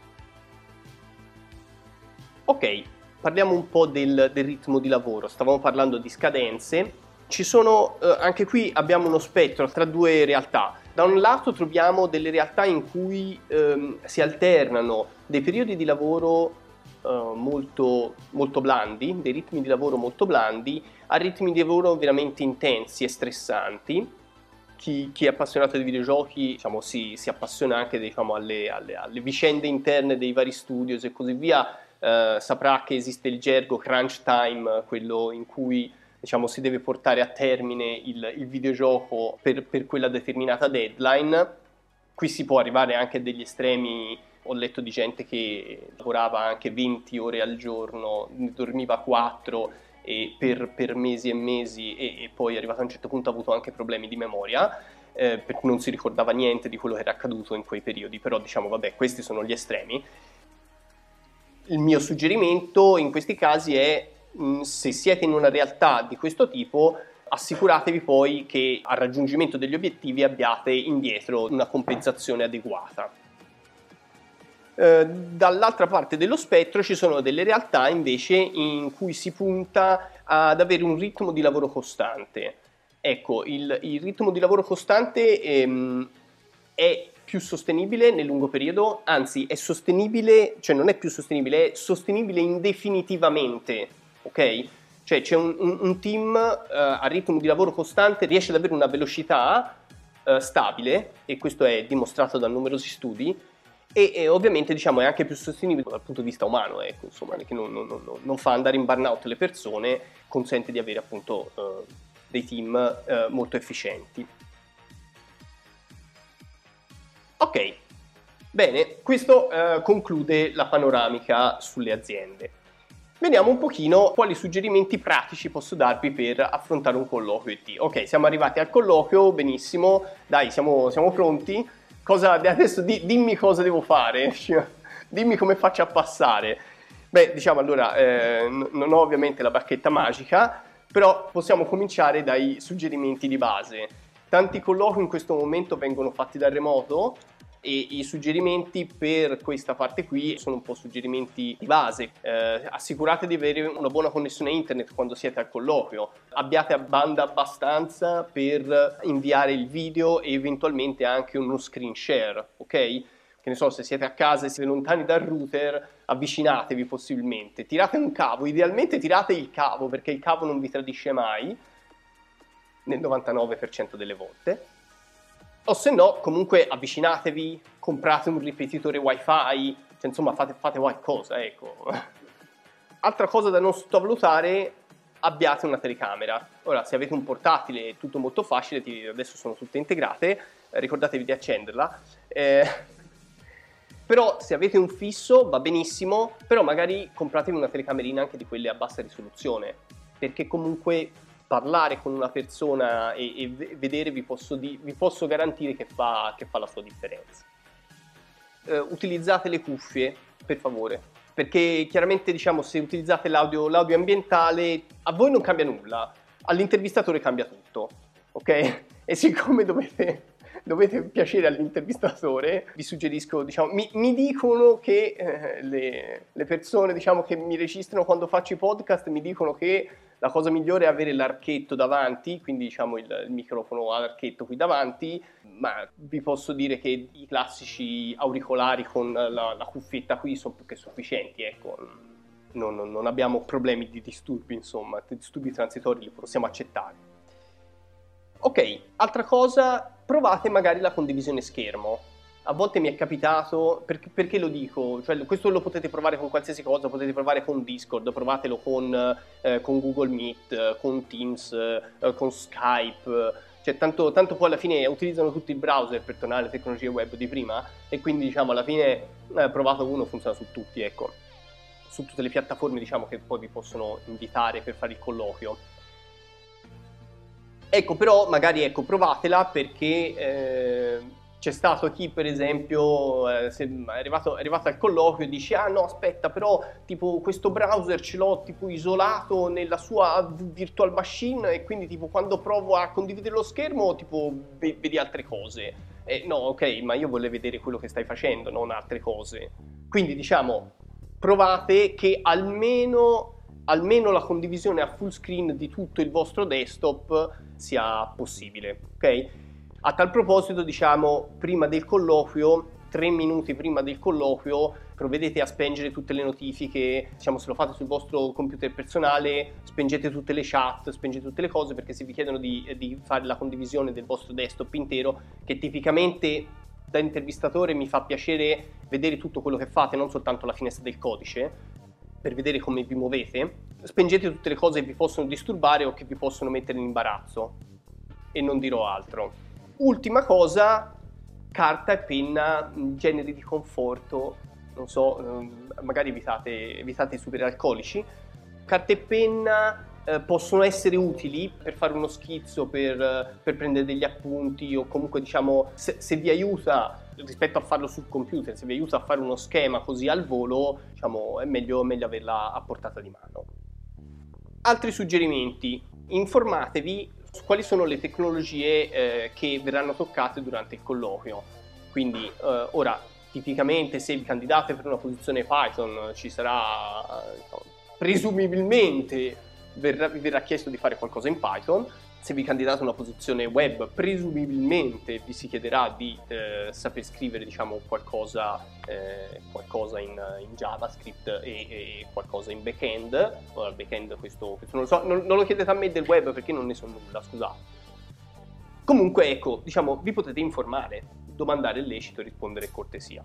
Ok, parliamo un po' del ritmo di lavoro. Stavamo parlando di scadenze. Anche qui abbiamo uno spettro tra due realtà. Da un lato troviamo delle realtà in cui si alternano dei periodi di lavoro molto, molto blandi, dei ritmi di lavoro molto blandi, a ritmi di lavoro veramente intensi e stressanti. Chi è appassionato di videogiochi si appassiona anche alle vicende interne dei vari studios e così via, saprà che esiste il gergo crunch time, quello in cui si deve portare a termine il videogioco per quella determinata deadline. Qui si può arrivare anche a degli estremi. Ho letto di gente che lavorava anche 20 ore al giorno, ne dormiva 4 per mesi e mesi e poi arrivato a un certo punto ha avuto anche problemi di memoria, perché non si ricordava niente di quello che era accaduto in quei periodi. Però questi sono gli estremi. Il mio suggerimento in questi casi è: se siete in una realtà di questo tipo, assicuratevi poi che al raggiungimento degli obiettivi abbiate indietro una compensazione adeguata. Dall'altra parte dello spettro ci sono delle realtà invece in cui si punta ad avere un ritmo di lavoro costante. Ecco, il ritmo di lavoro costante è più sostenibile nel lungo periodo, anzi è sostenibile, cioè non è più sostenibile, è sostenibile indefinitivamente, ok? Cioè c'è un team a ritmo di lavoro costante riesce ad avere una velocità stabile, e questo è dimostrato da numerosi studi, e ovviamente è anche più sostenibile dal punto di vista umano, ecco, insomma, che non fa andare in burnout le persone, consente di avere appunto dei team molto efficienti. Ok, bene, questo conclude la panoramica sulle aziende. Vediamo un pochino quali suggerimenti pratici posso darvi per affrontare un colloquio IT. Ok, siamo arrivati al colloquio, benissimo, dai, siamo pronti. Adesso dimmi cosa devo fare, dimmi come faccio a passare. Beh, allora, non ho ovviamente la bacchetta magica, però possiamo cominciare dai suggerimenti di base. Tanti colloqui in questo momento vengono fatti da remoto e i suggerimenti per questa parte qui sono un po' suggerimenti di base. Assicurate di avere una buona connessione internet quando siete al colloquio, abbiate a banda abbastanza per inviare il video e eventualmente anche uno screen share, ok? Che ne so, se siete a casa e siete lontani dal router, avvicinatevi possibilmente, tirate un cavo, idealmente tirate il cavo perché il cavo non vi tradisce mai, nel 99% delle volte. O se no, comunque avvicinatevi, comprate un ripetitore wifi, insomma fate qualcosa, ecco. Altra cosa da non sottovalutare, abbiate una telecamera. Ora, se avete un portatile è tutto molto facile, adesso sono tutte integrate, ricordatevi di accenderla. Però se avete un fisso va benissimo, però magari compratevi una telecamerina anche di quelle a bassa risoluzione, perché comunque parlare con una persona e vedere vi posso garantire che fa la sua differenza. Utilizzate le cuffie, per favore, perché chiaramente se utilizzate l'audio ambientale a voi non cambia nulla, all'intervistatore cambia tutto, ok? E siccome dovete dovete piacere all'intervistatore, vi suggerisco, diciamo, mi dicono che le persone, diciamo, che mi registrano quando faccio i podcast, mi dicono che la cosa migliore è avere l'archetto davanti, quindi diciamo il microfono all'archetto qui davanti, ma vi posso dire che i classici auricolari con la cuffietta qui sono più che sufficienti, ecco. Non abbiamo problemi di disturbi, insomma, disturbi transitori li possiamo accettare. Ok, altra cosa, provate magari la condivisione schermo. A volte mi è capitato, perché lo dico? Cioè, questo lo potete provare con qualsiasi cosa, potete provare con Discord, provatelo con Google Meet, con Teams, con Skype. Cioè, tanto poi alla fine utilizzano tutti il browser per tornare alle tecnologie web di prima, e quindi diciamo alla fine provato uno, funziona su tutti, ecco. Su tutte le piattaforme, diciamo, che poi vi possono invitare per fare il colloquio. Ecco, però magari, ecco, provatela, perché c'è stato chi, per esempio, è arrivato al colloquio e dice: ah no, aspetta, però tipo questo browser ce l'ho tipo isolato nella sua virtual machine, e quindi tipo quando provo a condividere lo schermo tipo vedi altre cose. No, ok, ma io voglio vedere quello che stai facendo, non altre cose. Quindi diciamo, provate che almeno la condivisione a full screen di tutto il vostro desktop sia possibile, ok? A tal proposito, diciamo, prima del colloquio, 3 minuti prima del colloquio, provvedete a spengere tutte le notifiche, diciamo, se lo fate sul vostro computer personale, spengete tutte le chat, spengete tutte le cose, perché se vi chiedono di fare la condivisione del vostro desktop intero, che tipicamente da intervistatore mi fa piacere vedere tutto quello che fate, non soltanto la finestra del codice, per vedere come vi muovete, spengete tutte le cose che vi possono disturbare o che vi possono mettere in imbarazzo, e non dirò altro. Ultima cosa, carta e penna, generi di conforto, non so, magari evitate i superalcolici. Carta e penna possono essere utili per fare uno schizzo, per prendere degli appunti, o comunque, diciamo, se vi aiuta rispetto a farlo sul computer, se vi aiuta a fare uno schema così al volo, diciamo, è meglio averla a portata di mano. Altri suggerimenti: informatevi su quali sono le tecnologie che verranno toccate durante il colloquio. Quindi ora, tipicamente, se vi candidate per una posizione Python, ci sarà presumibilmente vi verrà chiesto di fare qualcosa in Python. Se vi candidate a una posizione web, presumibilmente vi si chiederà di saper scrivere, diciamo, qualcosa in JavaScript e qualcosa in backend. Ora, il backend questo non lo so, non lo chiedete a me del web, perché non ne so nulla, scusate. Comunque, ecco, diciamo, vi potete informare, domandare è lecito, rispondere è cortesia.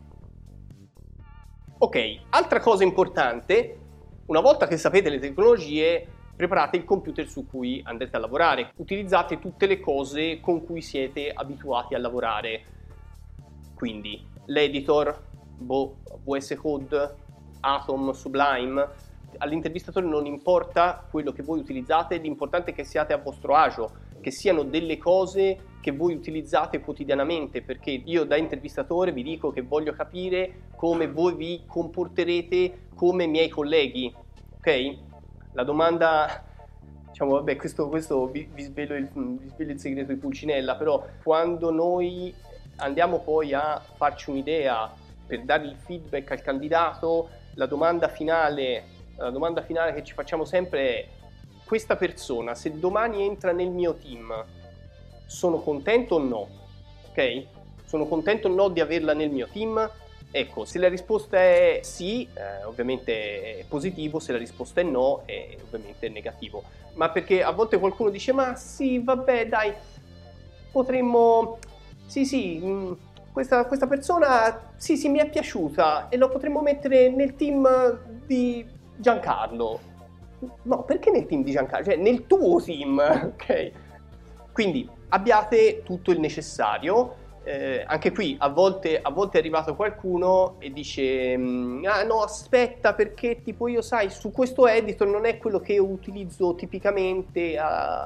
Ok, altra cosa importante: una volta che sapete le tecnologie, preparate il computer su cui andrete a lavorare, utilizzate tutte le cose con cui siete abituati a lavorare, quindi l'editor, VS Code, Atom, Sublime. All'intervistatore non importa quello che voi utilizzate, l'importante è che siate a vostro agio, che siano delle cose che voi utilizzate quotidianamente, perché io da intervistatore vi dico che voglio capire come voi vi comporterete come miei colleghi, ok? La domanda, diciamo, vabbè, questo vi svelo il segreto di Pulcinella, però quando noi andiamo poi a farci un'idea per dare il feedback al candidato, la domanda finale che ci facciamo sempre è: questa persona, se domani entra nel mio team, sono contento o no? Ok? Sono contento o no di averla nel mio team? Ecco, se la risposta è sì, ovviamente è positivo; se la risposta è no, ovviamente è negativo. Ma perché a volte qualcuno dice: ma sì, vabbè, dai, potremmo... Sì, questa persona, sì, mi è piaciuta e lo potremmo mettere nel team di Giancarlo. No, perché nel team di Giancarlo? Cioè, nel tuo team, ok? Quindi abbiate tutto il necessario. Anche qui a volte è arrivato qualcuno e dice: ah no, aspetta, perché tipo io, sai, su questo editor non è quello che utilizzo tipicamente.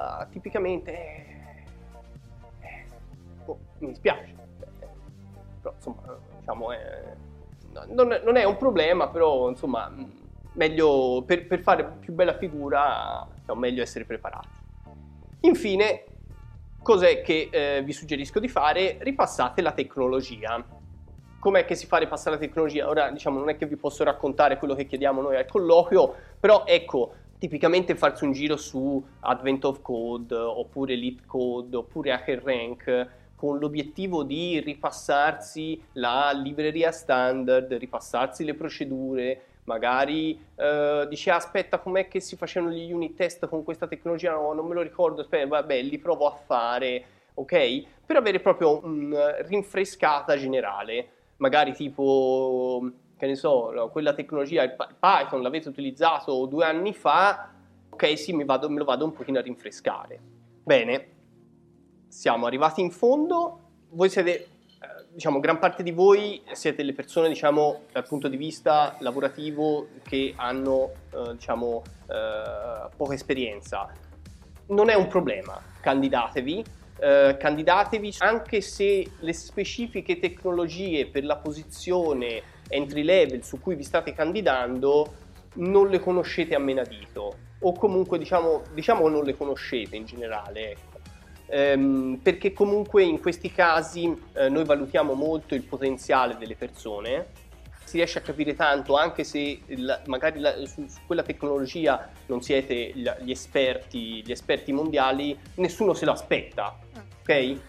Mi dispiace, però insomma, diciamo, non è un problema, però insomma, meglio per fare più bella figura, diciamo, meglio essere preparati. Infine, cos'è che vi suggerisco di fare? Ripassate la tecnologia. Com'è che si fa a ripassare la tecnologia? Ora, diciamo, non è che vi posso raccontare quello che chiediamo noi al colloquio, però ecco, tipicamente farsi un giro su Advent of Code, oppure LeetCode, oppure HackerRank, con l'obiettivo di ripassarsi la libreria standard, ripassarsi le procedure, magari dice aspetta, com'è che si facevano gli unit test con questa tecnologia? No, non me lo ricordo, aspetta, vabbè, li provo a fare, ok? Per avere proprio una rinfrescata generale, magari tipo, che ne so, quella tecnologia, il Python l'avete utilizzato 2 anni fa, ok, sì, me lo vado un pochino a rinfrescare. Bene, siamo arrivati in fondo, voi siete, diciamo, gran parte di voi siete le persone, diciamo, dal punto di vista lavorativo che hanno, diciamo, poca esperienza. Non è un problema, candidatevi anche se le specifiche tecnologie per la posizione entry level su cui vi state candidando non le conoscete a menadito, o comunque diciamo non le conoscete in generale, ecco. Perché comunque in questi casi noi valutiamo molto il potenziale delle persone, si riesce a capire tanto anche se magari su quella tecnologia non siete gli esperti mondiali, nessuno se lo aspetta, ok?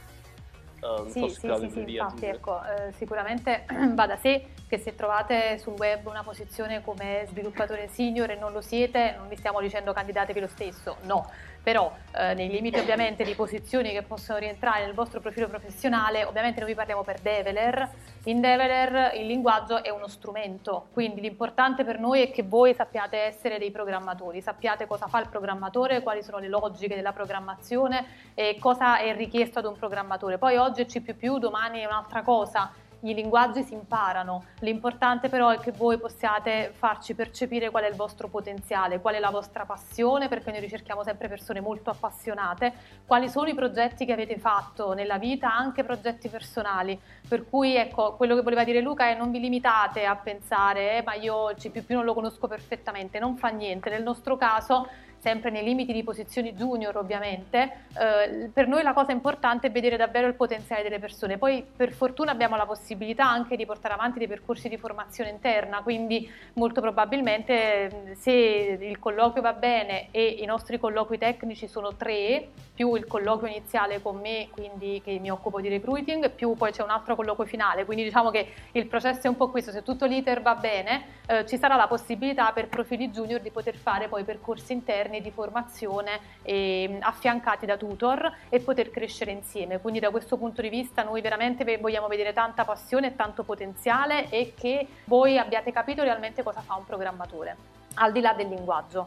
Sì, infatti ecco, sicuramente va da sé che se trovate sul web una posizione come sviluppatore senior e non lo siete, non vi stiamo dicendo candidatevi lo stesso, no, però nei limiti ovviamente di posizioni che possono rientrare nel vostro profilo professionale, ovviamente noi vi parliamo per Develer. In Develer il linguaggio è uno strumento, quindi l'importante per noi è che voi sappiate essere dei programmatori, sappiate cosa fa il programmatore, quali sono le logiche della programmazione e cosa è richiesto ad un programmatore. Poi oggi è C++, domani è un'altra cosa. I linguaggi si imparano, l'importante però è che voi possiate farci percepire qual è il vostro potenziale, qual è la vostra passione, perché noi ricerchiamo sempre persone molto appassionate, quali sono i progetti che avete fatto nella vita, anche progetti personali, per cui ecco, quello che voleva dire Luca è non vi limitate a pensare ma io il C++ non lo conosco perfettamente, non fa niente, nel nostro caso sempre nei limiti di posizioni junior ovviamente, per noi la cosa importante è vedere davvero il potenziale delle persone. Poi per fortuna abbiamo la possibilità anche di portare avanti dei percorsi di formazione interna, quindi molto probabilmente se il colloquio va bene e i nostri colloqui tecnici sono 3, più il colloquio iniziale con me, quindi che mi occupo di recruiting, più poi c'è un altro colloquio finale, quindi diciamo che il processo è un po' questo, se tutto l'iter va bene ci sarà la possibilità per profili junior di poter fare poi percorsi interni di formazione affiancati da tutor e poter crescere insieme, quindi da questo punto di vista noi veramente vogliamo vedere tanta passione e tanto potenziale e che voi abbiate capito realmente cosa fa un programmatore al di là del linguaggio.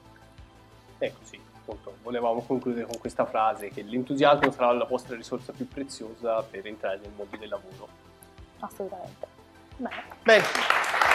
Ecco, sì, appunto, volevamo concludere con questa frase che l'entusiasmo sarà la vostra risorsa più preziosa per entrare nel mondo del lavoro. Assolutamente. Bene.